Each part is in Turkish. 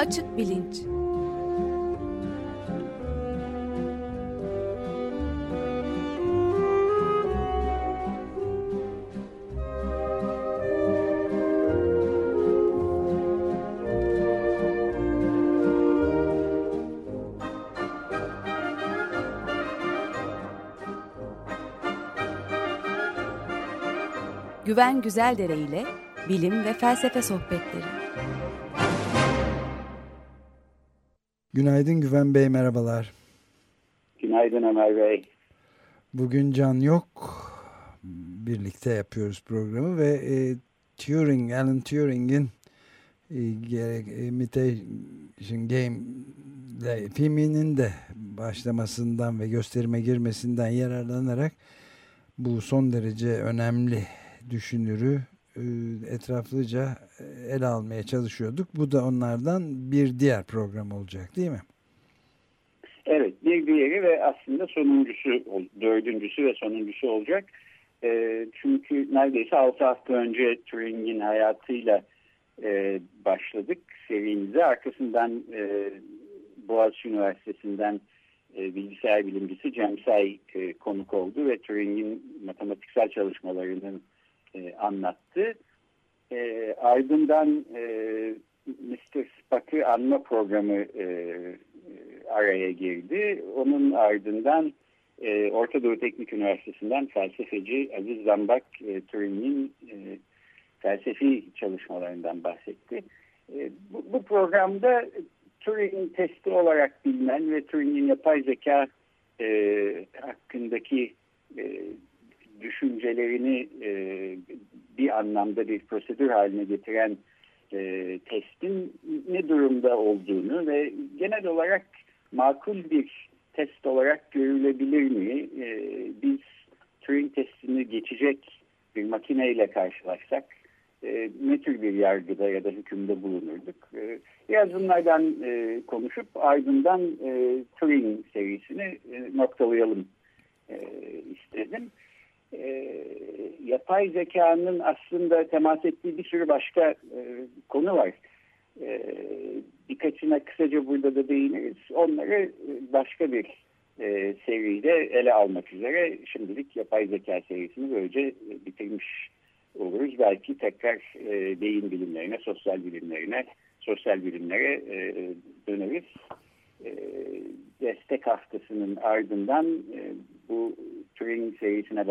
Açık Bilinç. Güven Güzeldere ile bilim ve felsefe sohbetleri. Günaydın Güven Bey, merhabalar. Günaydın Ömer Bey. Bugün Can yok. Birlikte yapıyoruz programı ve Alan Turing'in Imitation Game filminin de başlamasından ve gösterime girmesinden yararlanarak bu son derece önemli düşünürü etraflıca ele almaya çalışıyorduk. Bu da onlardan bir diğer program olacak, değil mi? Evet, bir diğeri ve aslında sonuncusu, dördüncüsü ve sonuncusu olacak. Çünkü neredeyse 6 hafta önce Turing'in hayatıyla başladık serimize. Arkasından Boğaziçi Üniversitesi'nden bilgisayar bilimcisi Cem Say konuk oldu ve Turing'in matematiksel çalışmalarını anlattı. Ardından Mr. Spock'ı anma programı araya girdi. Onun ardından Orta Doğu Teknik Üniversitesi'nden felsefeci Aziz Zambak Turing'in felsefi çalışmalarından bahsetti. Bu programda Turing testi olarak bilinen ve Turing'in yapay zeka hakkındaki düşüncelerini bir anlamda bir prosedür haline getiren testin ne durumda olduğunu ve genel olarak makul bir test olarak görülebilir mi? Biz Turing testini geçecek bir makineyle karşılaşsak ne tür bir yargıda ya da hükümde bulunurduk? Biraz bunlardan konuşup ardından Turing serisini noktalayalım istedim. Yapay zekanın aslında temas ettiği bir sürü başka konu var. Birkaçına kısaca burada da değiniriz. Onları başka bir seride ele almak üzere şimdilik yapay zeka serisini böylece bitirmiş oluruz. Belki tekrar beyin bilimlerine, sosyal bilimlere döneriz. Destek haftasının ardından bu Turing serisine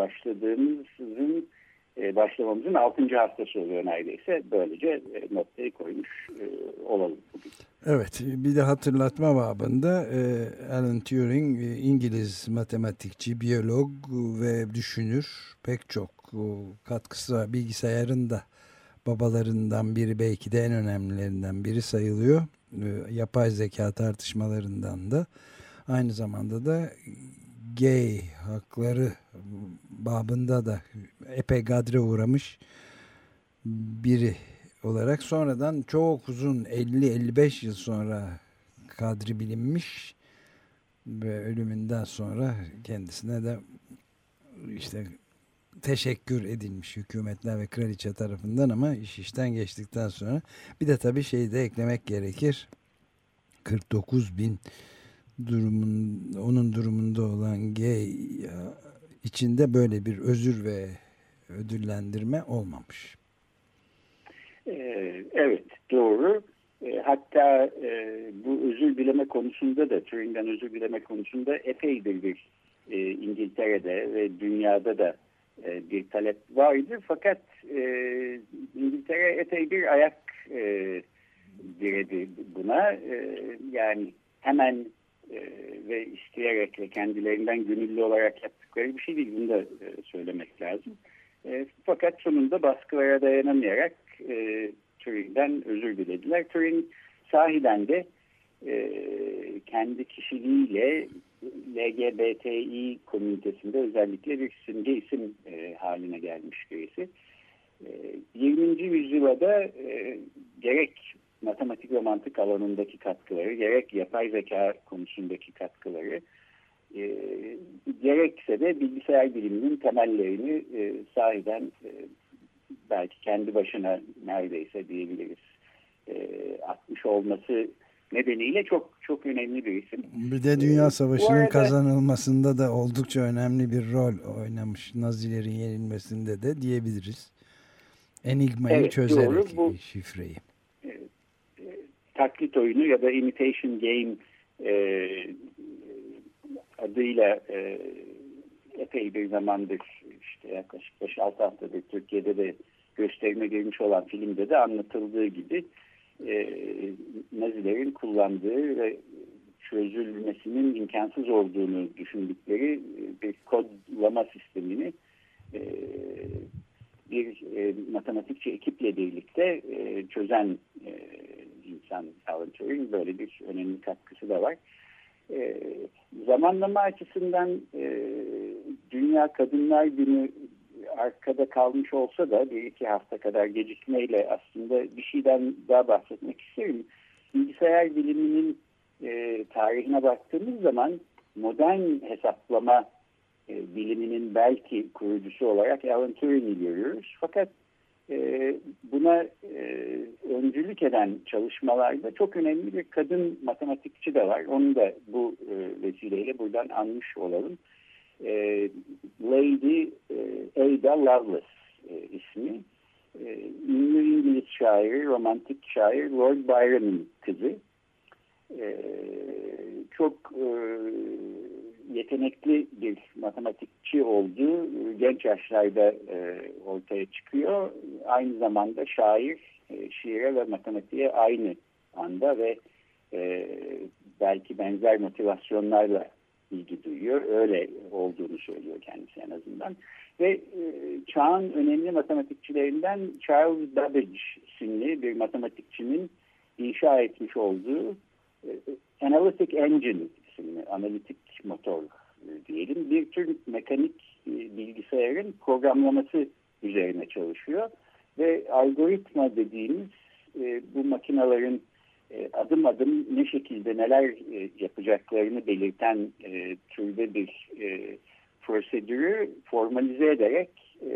başlamamızın 6. haftası oluyor neredeyse. Böylece noktayı koymuş olalım bugün. Evet, bir de hatırlatma babında Alan Turing İngiliz matematikçi, biyolog ve düşünür, pek çok katkısı var. Bilgisayarın da babalarından biri, belki de en önemlilerinden biri sayılıyor. Yapay zeka tartışmalarından da aynı zamanda da gay hakları babında da epey gadre uğramış biri olarak sonradan çok uzun 50-55 yıl sonra kadri bilinmiş ve ölümünden sonra kendisine de işte teşekkür edilmiş hükümetler ve kraliçe tarafından, ama iş işten geçtikten sonra bir de tabii şeyi de eklemek gerekir. 49.000 onun durumunda olan gay içinde böyle bir özür ve ödüllendirme olmamış. Evet, doğru. Hatta bu özür dileme konusunda da, Turing'den özür dileme konusunda epeydir bir İngiltere'de ve dünyada da bir talep vardı. Fakat İngiltere epey bir ayak diredi buna. Yani hemen ve isteyerek ve kendilerinden gönüllü olarak yaptıkları bir şey değil. Bunu da söylemek lazım. Fakat sonunda baskılara dayanamayarak Turing'den özür dilediler. Turing sahiden de kendi kişiliğiyle LGBTİ komünitesinde özellikle bir simge isim haline gelmiş birisi. 20. yüzyıla da gerek matematik ve mantık alanındaki katkıları, gerek yapay zeka konusundaki katkıları, gerekse de bilgisayar biliminin temellerini sahiden belki kendi başına neredeyse diyebiliriz atmış olması nedeniyle çok çok önemli bir isim. Bir de Dünya Savaşı'nın kazanılmasında da oldukça önemli bir rol oynamış. Nazilerin yenilmesinde de diyebiliriz. Enigmayı çözerek doğru. şifreyi. Taklit oyunu ya da imitation game adıyla epey bir zamandır, işte yaklaşık 5-6 haftadır Türkiye'de de gösterime girmiş olan filmde de anlatıldığı gibi Nazilerin kullandığı ve çözülmesinin imkansız olduğunu düşündükleri bir kodlama sistemini bir matematikçi ekiple birlikte çözen insan Alan Turing. Böyle bir önemli katkısı da var. Zamanlama açısından Dünya Kadınlar Günü arkada kalmış olsa da bir iki hafta kadar gecikmeyle aslında bir şeyden daha bahsetmek isterim. Bilgisayar biliminin tarihine baktığımız zaman modern hesaplama biliminin belki kurucusu olarak Alan Turing'i görüyoruz. Fakat buna öncülük eden çalışmalarda çok önemli bir kadın matematikçi de var. Onu da bu vesileyle buradan anmış olalım. Lady Ada Lovelace ismi. Ünlü İngiliz şair, romantik şair Lord Byron'ın kızı. Çok yetenekli bir matematikçi olduğu genç yaşlarda ortaya çıkıyor. Aynı zamanda şair, şiire ve matematiğe aynı anda ve belki benzer motivasyonlarla ilgi duyuyor. Öyle olduğunu söylüyor kendisi en azından. Ve çağın önemli matematikçilerinden Charles Babbage isimli bir matematikçinin inşa etmiş olduğu Analytic Engine isimli analitik motor diyelim bir tür mekanik bilgisayarın programlaması üzerine çalışıyor ve algoritma dediğimiz bu makinelerin adım adım ne şekilde neler yapacaklarını belirten türde bir prosedürü formalize ederek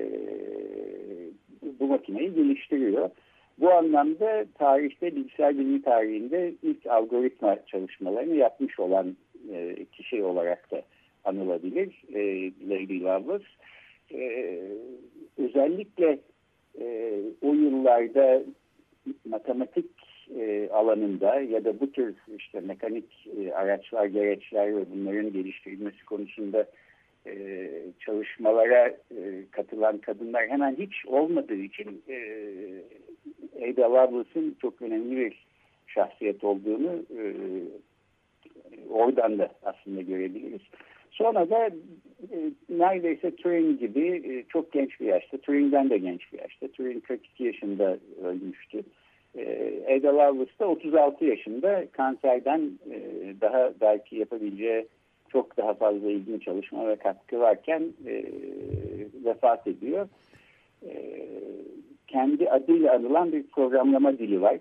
bu makineyi geliştiriyor. Bu anlamda tarihte, bilgisayar bilimi tarihinde ilk algoritma çalışmalarını yapmış olan kişi olarak da anılabilir Lady Lovelace. Özellikle o yıllarda matematik alanında ya da bu tür işte mekanik araçlar, gereçler ve bunların geliştirilmesi konusunda çalışmalara katılan kadınlar hemen hiç olmadığı için Ada Lovelace'ın çok önemli bir şahsiyet olduğunu oradan da aslında görebiliriz. Sonra da neredeyse Turing gibi çok genç bir yaşta, Turing'den de genç bir yaşta, Turing 42 yaşında ölmüştü. Ada Lovelace da 36 yaşında kanserden daha belki yapabileceği çok daha fazla ilgili çalışma ve katkı varken vefat ediyor. Kendi adıyla anılan bir programlama dili var.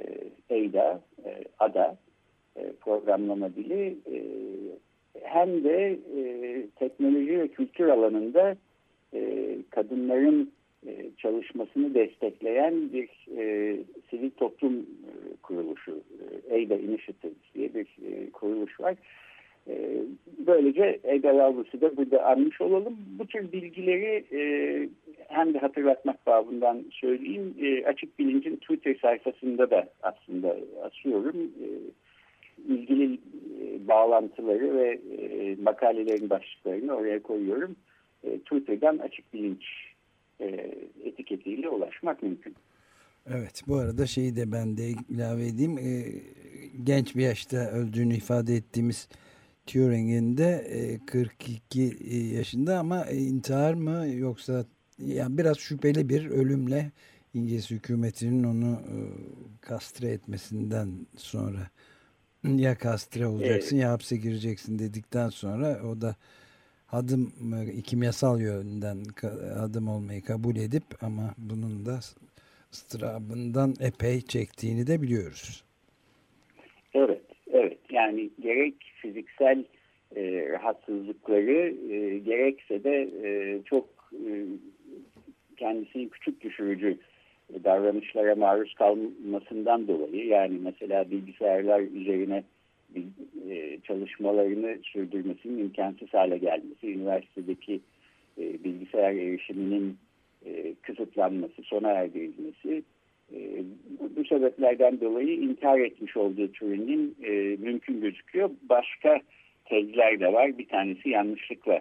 Ada programlama dili. Hem de teknoloji ve kültür alanında kadınların çalışmasını destekleyen bir sivil toplum kuruluşu, Ada Initiative diye bir kuruluş var. Böylece Ada Lovelace'ı da burada anmış olalım. Bu tür bilgileri hem de hatırlatmak babından söyleyeyim. Açık Bilinc'in Twitter sayfasında da aslında asıyorum. İlgili bağlantıları ve makalelerin başlıklarını oraya koyuyorum. Twitter'dan Açık Bilinç etiketiyle ulaşmak mümkün. Evet, bu arada şeyi de ben de ilave edeyim. Genç bir yaşta öldüğünü ifade ettiğimiz Turing'in de 42 yaşında ama intihar mı yoksa yani biraz şüpheli bir ölümle İngiliz hükümetinin onu kastre etmesinden sonra ya kastre olacaksın ya hapse gireceksin dedikten sonra o da kimyasal yönden adım olmayı kabul edip ama bunun da ıstırabından epey çektiğini de biliyoruz. Evet. Yani gerek fiziksel rahatsızlıkları gerekse de çok kendisini küçük düşürücü davranışlara maruz kalmasından dolayı, yani mesela bilgisayarlar üzerine çalışmalarını sürdürmesinin imkansız hale gelmesi, üniversitedeki bilgisayar erişiminin kısıtlanması, sona erdirilmesi, bu sebeplerden dolayı intihar etmiş olduğu Turing'in mümkün gözüküyor. Başka tezler de var. Bir tanesi yanlışlıkla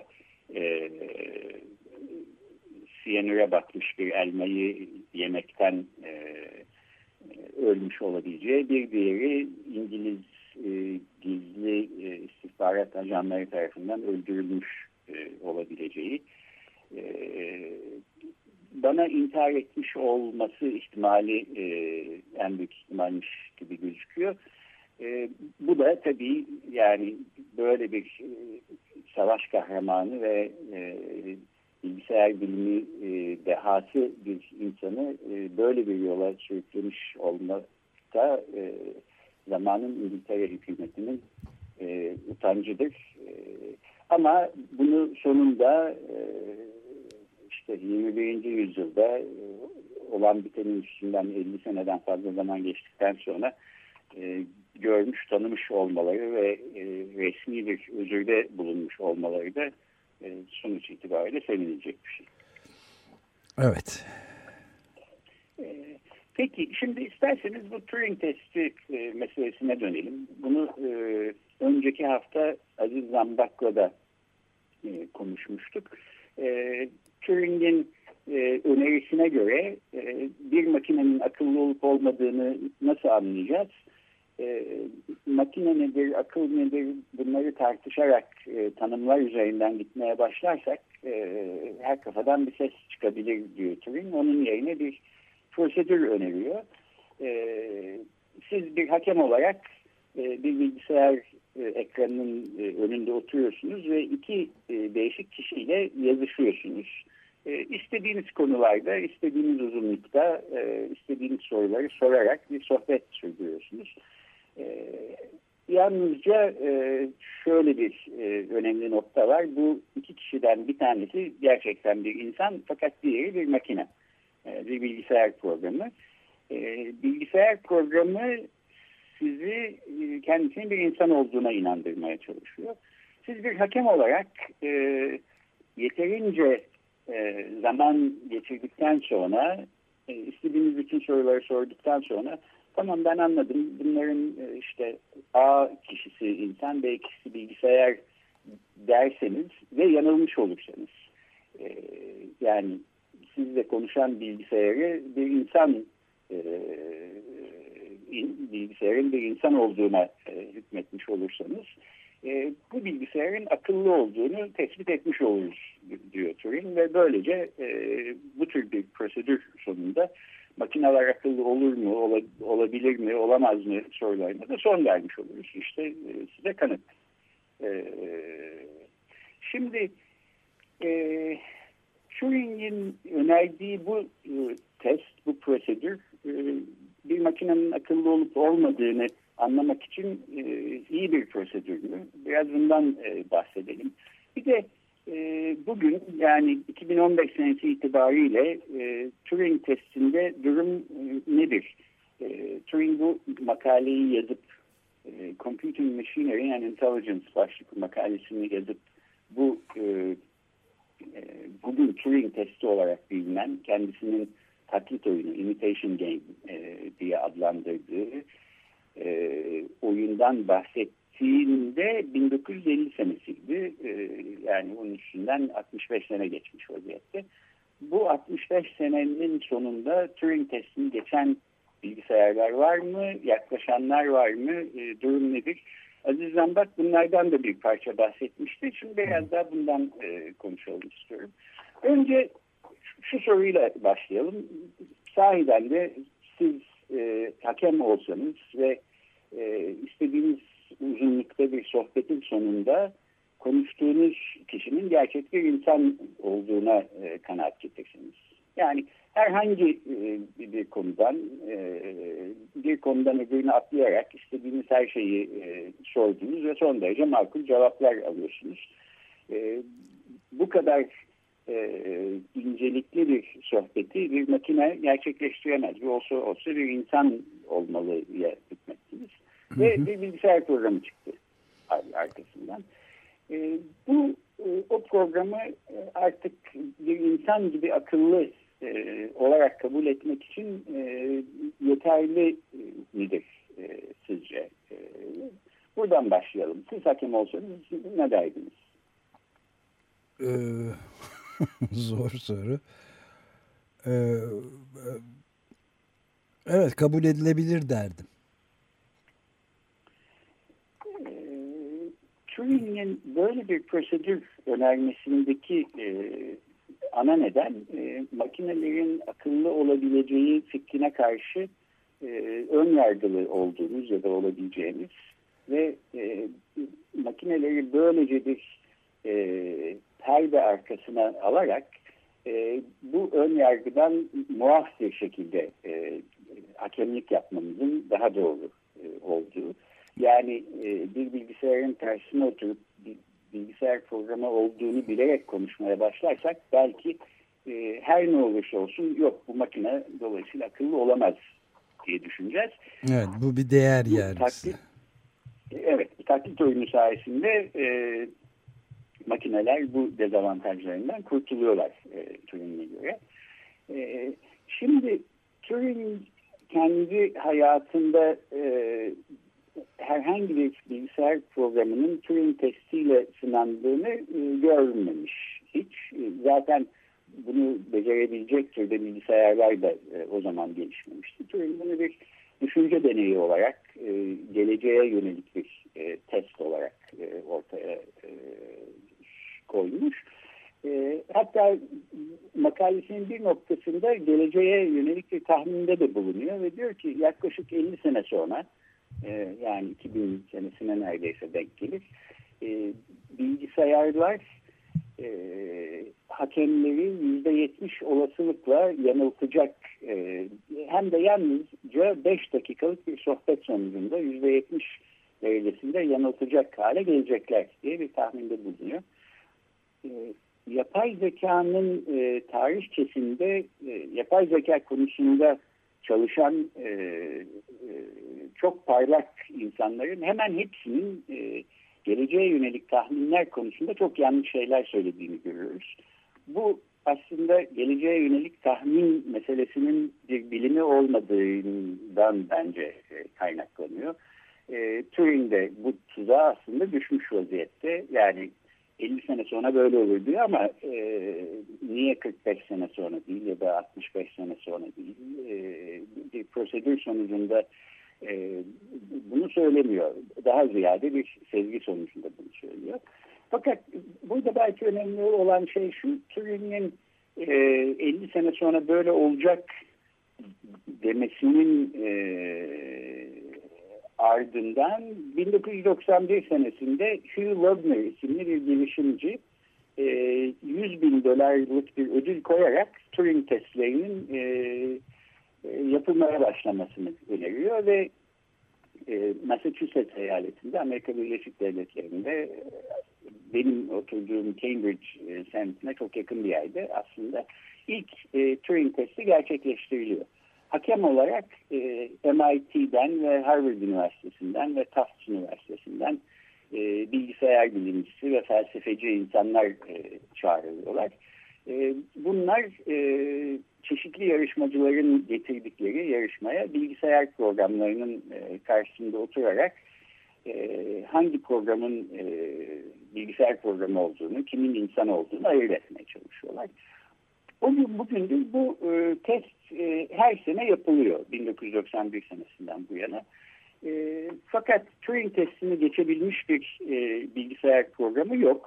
siyanüre batmış bir elmayı yemekten ölmüş olabileceği, bir diğeri İngiliz gizli istihbarat ajanları tarafından öldürülmüş olabileceği. Bana intihar etmiş olması ihtimali en büyük ihtimalmiş gibi gözüküyor. Bu da tabii yani böyle bir savaş kahramanı ve bilgisayar bilimi dehası bir insanı böyle bir yola sürüklemiş olmakta zamanın İngiltere hükümetinin utancıdır. Ama bunu sonunda işte 21. yüzyılda olan bitenin üstünden 50 seneden fazla zaman geçtikten sonra görmüş, tanımış olmaları ve resmi bir özürde bulunmuş olmaları da sonuç itibariyle sevinilecek bir şey. Evet. Peki şimdi isterseniz bu Turing testi meselesine dönelim. Bunu önceki hafta Aziz Zambak'la da konuşmuştuk. Turing'in önerisine göre bir makinenin akıllı olup olmadığını nasıl anlayacağız? Makine nedir, akıl nedir, bunları tartışarak tanımlar üzerinden gitmeye başlarsak her kafadan bir ses çıkabilir diyor Turing. Onun yerine bir prosedür öneriyor. Siz bir hakem olarak bir bilgisayar ekranının önünde oturuyorsunuz ve iki değişik kişiyle yazışıyorsunuz. İstediğiniz konularda, istediğiniz uzunlukta, istediğiniz soruları sorarak bir sohbet sürdürüyorsunuz. Yalnızca şöyle bir önemli nokta var. Bu iki kişiden bir tanesi gerçekten bir insan, fakat diğeri bir makine, bir bilgisayar programı. Bilgisayar programı sizi kendisinin bir insan olduğuna inandırmaya çalışıyor. Siz bir hakem olarak yeterince zaman geçirdikten sonra, istediğiniz bütün soruları sorduktan sonra, tamam ben anladım, bunların işte A kişisi insan, B kişisi bilgisayar derseniz ve yanılmış olursanız, yani sizle konuşan bilgisayarı bir insan, bilgisayarın bir insan olduğuna hükmetmiş olursanız, bu bilgisayarın akıllı olduğunu tespit etmiş oluruz diyor Turing ve böylece bu tür bir prosedür sonunda makineler akıllı olur mu, olabilir mi, olamaz mı sorularına da son vermiş oluruz. İşte size kanıt. Şimdi Turing'in önerdiği bu test, bu prosedür bir makinenin akıllı olup olmadığını anlamak için iyi bir prosedür mü? Biraz bundan bahsedelim. Bir de bugün, yani 2015 senesi itibariyle Turing testinde durum nedir? Turing bu makaleyi yazıp Computing Machinery and Intelligence başlıklı makalesini yazıp bu bugün Turing testi olarak bilinen, kendisinin taklit oyunu, imitation game diye adlandırdığı oyundan bahsettiğinde 1950 senesiydi. Yani onun üstünden 65 sene geçmiş vaziyette. Bu 65 senenin sonunda Turing testini geçen bilgisayarlar var mı? Yaklaşanlar var mı? Durum nedir? Aziz Zambak bunlardan da bir parça bahsetmişti. Şimdi biraz daha bundan konuşalım istiyorum. Önce şu soruyla başlayalım. Sahiden de siz hakem olsanız ve istediğiniz uzunlukta bir sohbetin sonunda konuştuğunuz kişinin gerçek bir insan olduğuna kanaat getirsiniz. Yani herhangi bir konudan öbürüne atlayarak istediğiniz her şeyi sordunuz ve son derece makul cevaplar alıyorsunuz. Bu kadar incelikli bir sohbeti bir makine gerçekleştiremez. Bu olsa bir insan olmalıya hükmettiniz. Ve bir bilgisayar programı çıktı arkasından. O programı artık bir insan gibi akıllı olarak kabul etmek için yeterli midir sizce? Buradan başlayalım. Siz hakem olsanız ne derdiniz? Zor soru. Evet, kabul edilebilir derdim. Turing'in böyle bir prosedür önermesindeki ana neden makinelerin akıllı olabileceği fikrine karşı ön yargılı olduğumuz ya da olabileceğimiz ve makineleri böylece bir perde arkasına alarak bu ön yargıdan muaf bir şekilde hakemlik yapmamızın daha doğru olduğu. Yani bir bilgisayarın karşısına oturup bir bilgisayar programı olduğunu bilerek konuşmaya başlarsak belki her ne olursa olsun yok bu makine dolayısıyla akıllı olamaz diye düşüneceğiz. Evet, bu bir değer yargısı. Evet, bir taklit oyunu sayesinde makineler bu dezavantajlarından kurtuluyorlar Turing'e göre. Şimdi Turing kendi hayatında herhangi bir bilgisayar programının Turing testiyle sınandığını görmemiş hiç. Zaten bunu becerebilecek türde bilgisayarlar da o zaman gelişmemişti. Turing bunu bir düşünce deneyi olarak, geleceğe yönelik bir test olarak ortaya koymuş. Hatta makalesinin bir noktasında geleceğe yönelik bir tahminde de bulunuyor ve diyor ki yaklaşık 50 sene sonra, yani 2000 senesine neredeyse denk gelir, bilgisayarlar hakemleri %70 olasılıkla yanıltacak, hem de yalnızca 5 dakikalık bir sohbet sonucunda %70 derecesinde yanıltacak hale gelecekler diye bir tahminde bulunuyor. Yapay zekanın tarihçesinde yapay zeka konusunda çalışan çok parlak insanların hemen hepsinin geleceğe yönelik tahminler konusunda çok yanlış şeyler söylediğini görüyoruz. Bu aslında geleceğe yönelik tahmin meselesinin bir bilimi olmadığından bence kaynaklanıyor. Turing de bu tuzağa aslında düşmüş vaziyette. Yani 50 sene sonra böyle olur diyor ama niye 45 sene sonra değil ya da 65 sene sonra değil? Bir prosedür sonucunda bunu söylemiyor. Daha ziyade bir sezgi sonucunda bunu söylüyor. Fakat burada belki önemli olan şey şu: Turing'in 50 sene sonra böyle olacak demesinin ardından 1991 senesinde Hugh Loebner isimli bir girişimci $100.000 bir ödül koyarak Turing testlerinin yapılmaya başlamasını öneriyor ve Massachusetts eyaletinde, Amerika Birleşik Devletleri'nde, benim oturduğum Cambridge semtine çok yakın bir yerde aslında ilk Turing testi gerçekleştiriliyor. Hakem olarak MIT'den ve Harvard Üniversitesi'nden ve Tufts Üniversitesi'nden bilgisayar bilimcisi ve felsefeci insanlar çağrılıyorlar. Bunlar çeşitli yarışmacıların getirdikleri yarışmaya bilgisayar programlarının karşısında oturarak hangi programın bilgisayar programı olduğunu, kimin insan olduğunu ayırt etmeye çalışıyorlar. Bugündür bu test her sene yapılıyor 1991 senesinden bu yana. Fakat Turing testini geçebilmiş bir bilgisayar programı yok.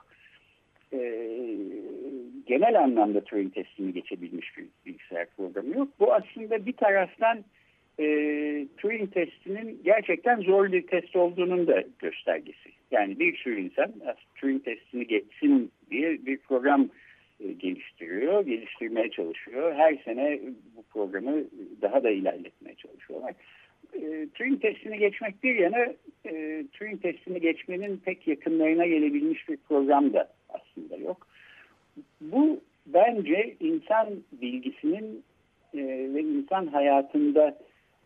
Genel anlamda Turing testini geçebilmiş bir bilgisayar programı yok. Bu aslında bir taraftan Turing testinin gerçekten zor bir test olduğunun da göstergesi. Yani bir sürü insan Turing testini geçsin diye bir program geliştiriyor, geliştirmeye çalışıyor. Her sene bu programı daha da ilerletmeye çalışıyorlar. Turing testini geçmek bir yana, Turing testini geçmenin pek yakınlarına gelebilmiş bir program da aslında yok. Bu bence insan bilgisinin ve insan hayatında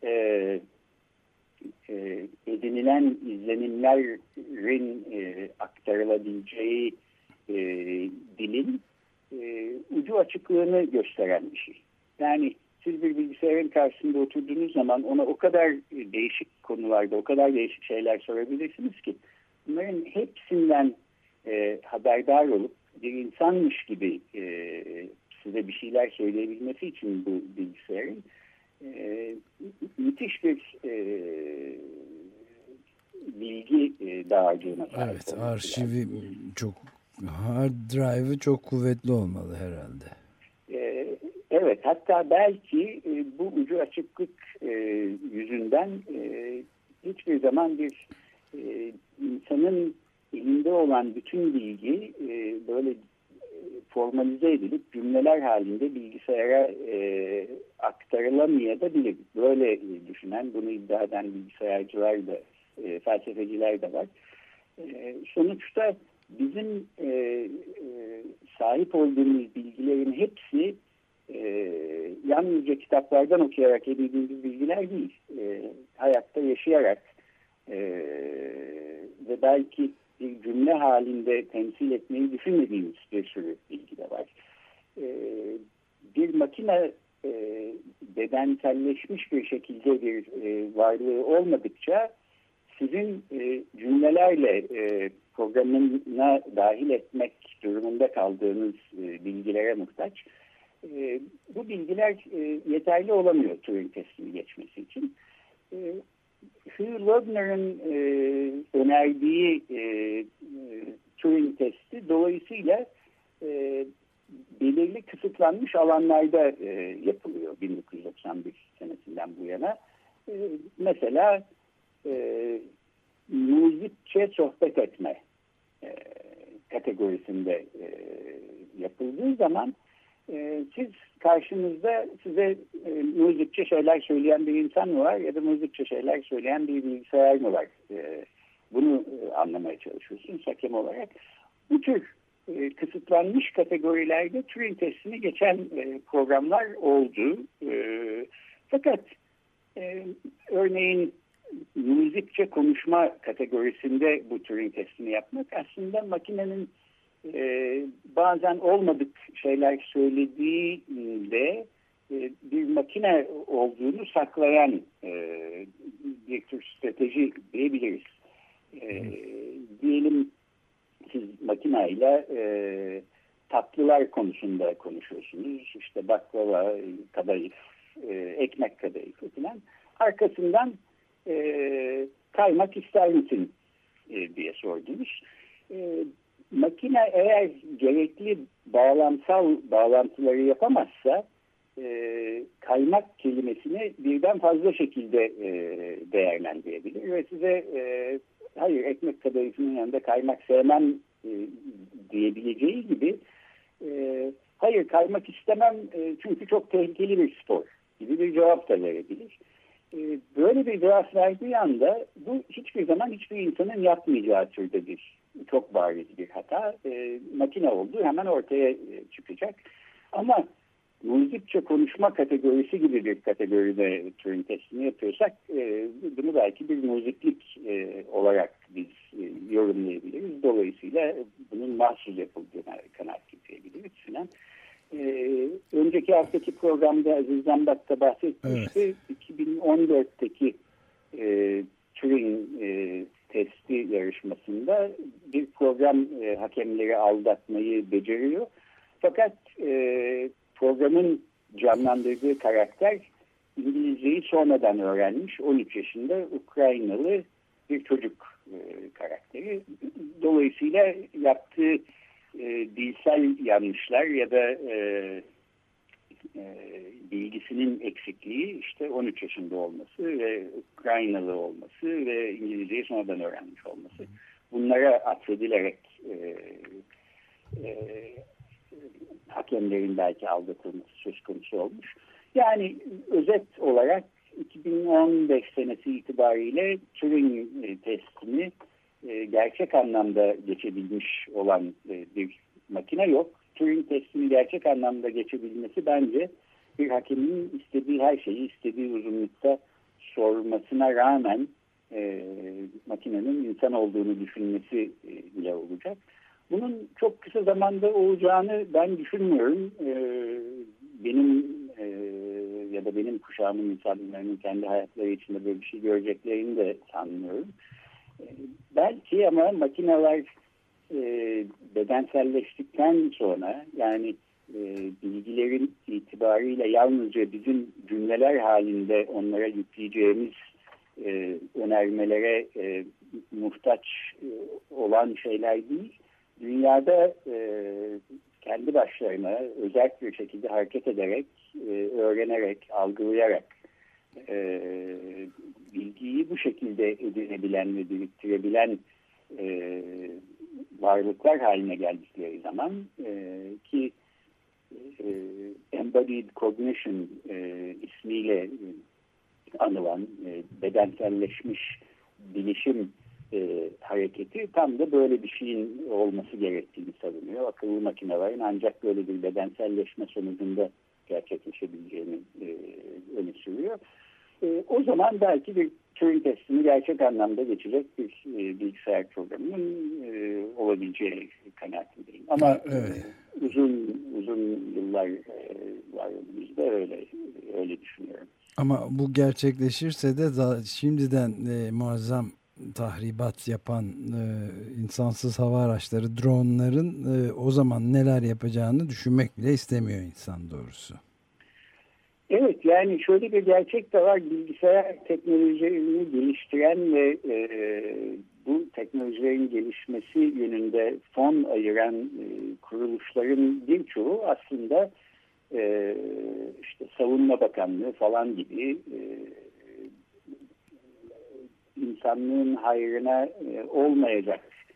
edinilen izlenimlerin aktarılabileceği dilin ucu açıklığını gösteren bir şey. Yani siz bir bilgisayarın karşısında oturduğunuz zaman ona o kadar değişik konularda, o kadar değişik şeyler sorabilirsiniz ki bunların hepsinden haberdar olup bir insanmış gibi size bir şeyler söyleyebilmesi için bu bilgisayarın müthiş bir bilgi dağarcığına sahip. Evet, arşivi çok, hard drive'ı çok kuvvetli olmalı herhalde. Evet, hatta belki bu ucu açıklık yüzünden hiçbir zaman bir insanın elinde olan bütün bilgi böyle formalize edilip cümleler halinde bilgisayara aktarılamayabilir. Böyle düşünen, bunu iddia eden bilgisayarcılar da, felsefeciler de var. Sonuçta bizim sahip olduğumuz bilgilerin hepsi yalnızca kitaplardan okuyarak edindiğimiz bilgiler değil. Hayatta yaşayarak ve belki bir cümle halinde temsil etmeyi düşünmediğimiz bir sürü bilgi de var. Bir makine bedenselleşmiş bir şekilde bir varlığı olmadıkça sizin cümlelerle programına dahil etmek durumunda kaldığınız bilgilere muhtaç. Bu bilgiler yeterli olamıyor Turing testini geçmesi için. Hugh Loebner'ın önerdiği Turing testi dolayısıyla belirli kısıtlanmış alanlarda yapılıyor 1991 senesinden bu yana. Mesela müzikçe sohbet etme kategorisinde yapıldığı zaman siz karşınızda size müzikçe şeyler söyleyen bir insan mı var ya da müzikçe şeyler söyleyen bir bilgisayar mı var? Bunu anlamaya çalışıyorsunuz hakem olarak. Bu tür kısıtlanmış kategorilerde Turing testini geçen programlar oldu. Fakat örneğin müzikçe konuşma kategorisinde bu Turing testini yapmak aslında makinenin bazen olmadık şeyler söylediğinde bir makine olduğunu saklayan bir tür strateji diyebiliriz. Diyelim siz makineyle tatlılar konusunda konuşuyorsunuz. İşte baklava, kadayıf, ekmek kadayıfı falan. Arkasından kaymak ister misin diye sordunuz. Makine eğer gerekli bağlamsal bağlantıları yapamazsa kaymak kelimesini birden fazla şekilde değerlendirebilir ve size hayır ekmek kadayıfının yanında kaymak sevmem diyebileceği gibi hayır kaymak istemem çünkü çok tehlikeli bir spor gibi bir cevap da verebilir. Böyle bir cevap verdiği anda bu hiçbir zaman hiçbir insanın yapmayacağı türde bir çok bariz bir hata. Makine olduğu hemen ortaya çıkacak. Ama müzikçe konuşma kategorisi gibi bir kategoride Turing testini yapıyorsak bunu belki bir müziklik olarak biz yorumlayabiliriz. Dolayısıyla bunun mahsus yapıldığına kanaat getirebiliriz falan. Önceki haftaki programda Aziz Zambak da bahsetmişti. Evet. 2014'teki Turing testi yarışmasında bir program hakemleri aldatmayı beceriyor. Fakat programın canlandırdığı karakter İngilizceyi sonradan öğrenmiş 13 yaşında Ukraynalı bir çocuk karakteri. Dolayısıyla yaptığı dilsel yanlışlar ya da bilgisinin eksikliği işte 13 yaşında olması ve Ukraynalı olması ve İngilizceyi sonradan öğrenmiş olması. Bunlara atfedilerek hakemlerin belki aldatılması söz konusu olmuş. Yani özet olarak 2015 senesi itibariyle Turing testini gerçek anlamda geçebilmiş olan bir makine yok. Turing testini gerçek anlamda geçebilmesi bence bir hakemin istediği her şeyi istediği uzunlukta sormasına rağmen makinenin insan olduğunu düşünmesi bile olacak. Bunun çok kısa zamanda olacağını ben düşünmüyorum. Benim ya da benim kuşağımın insanlarının kendi hayatları içinde böyle bir şey göreceklerini de sanmıyorum. Belki ama makineler bedenselleştikten sonra yani bilgilerin itibarıyla yalnızca bizim cümleler halinde onlara yükleyeceğimiz önermelere muhtaç olan şeyler değil, dünyada kendi başlarına özel bir şekilde hareket ederek, öğrenerek, algılayarak bilgiyi bu şekilde edinebilen ve biriktirebilen varlıklar haline geldikleri zaman ki Embodied Cognition ismiyle anılan bedenselleşmiş bilişim hareketi tam da böyle bir şeyin olması gerektiğini savunuyor. Akıllı makinelerin ancak böyle bir bedenselleşme sonucunda gerçekleşebileceğini öne sürüyor. O zaman belki bir Turing testini gerçek anlamda geçecek bir bilgisayar programının olabileceği kanaatindeyim. Ama evet, uzun yıllar var önümüzde, öyle düşünüyorum. Ama bu gerçekleşirse de şimdiden muazzam tahribat yapan insansız hava araçları, dronların o zaman neler yapacağını düşünmek bile istemiyor insan doğrusu. Evet, yani şöyle bir gerçek de var. Bilgisayar teknolojilerini geliştiren ve bu teknolojilerin gelişmesi yönünde fon ayıran kuruluşların birçoğu aslında işte Savunma Bakanlığı falan gibi insanlığın hayrına olmayacak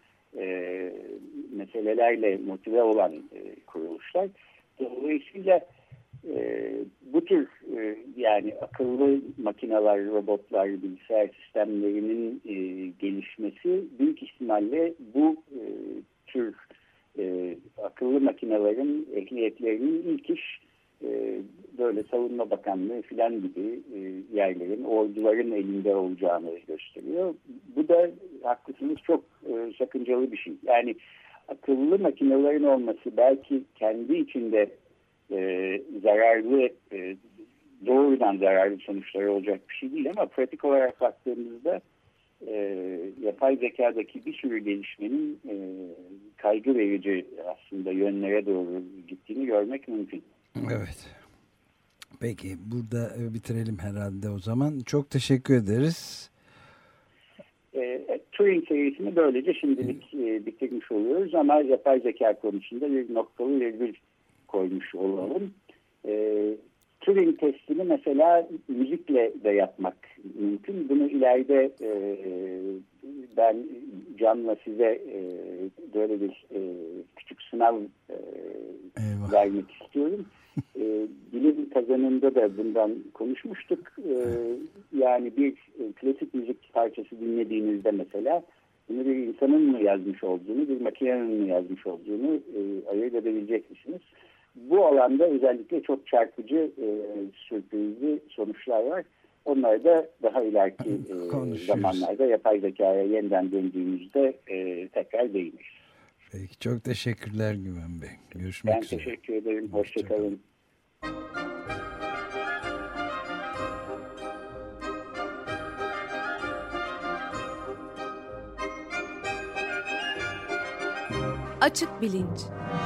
meselelerle motive olan kuruluşlar. Dolayısıyla bu tür yani akıllı makineler, robotlar, bilgisayar sistemlerinin gelişmesi büyük ihtimalle bu tür akıllı makinelerin ehliyetlerinin ilk iş böyle Savunma Bakanlığı filan gibi yerlerin, orduların elinde olacağını gösteriyor. Bu da haklısınız çok sakıncalı bir şey. Yani akıllı makinelerin olması belki kendi içinde zararlı, doğrudan zararlı sonuçları olacak bir şey değil ama pratik olarak baktığımızda yapay zekadaki bir sürü gelişmenin kaygı verici aslında yönlere doğru gittiğini görmek mümkün. Evet. Peki burada bitirelim herhalde o zaman. Çok teşekkür ederiz. Turing serisini böylece şimdilik bitirmiş oluyoruz ama yapay zeka konusunda bir noktalı virgül koymuş olalım. Turing testini mesela müzikle de yapmak mümkün. Bunu ileride ben Can'la size böyle bir küçük sınav vermek istiyorum. Bilim kazanında da bundan konuşmuştuk. Yani bir klasik müzik parçası dinlediğinizde mesela bunu bir insanın mı yazmış olduğunu, bir makinenin mi yazmış olduğunu ayırt edebilecek misiniz? Bu alanda özellikle çok çarpıcı, sürprizli sonuçlar var. Onları da daha ileriki zamanlarda yapay zekaya yeniden döndüğümüzde tekrar değiniriz. Peki, çok teşekkürler Güven Bey. Görüşmek üzere. Ben teşekkür ederim. Hoşçakalın. Açık Bilinç.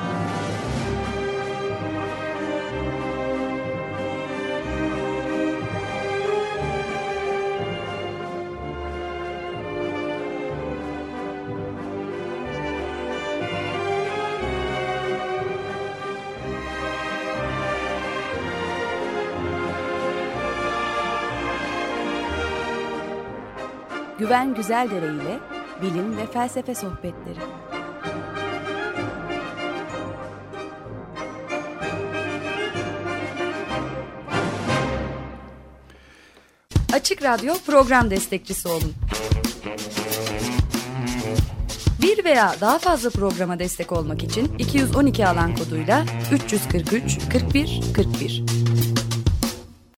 Güven Güzeldere ile bilim ve felsefe sohbetleri. Açık Radyo program destekçisi olun. Bir veya daha fazla programa destek olmak için 212 alan koduyla 343 41 41.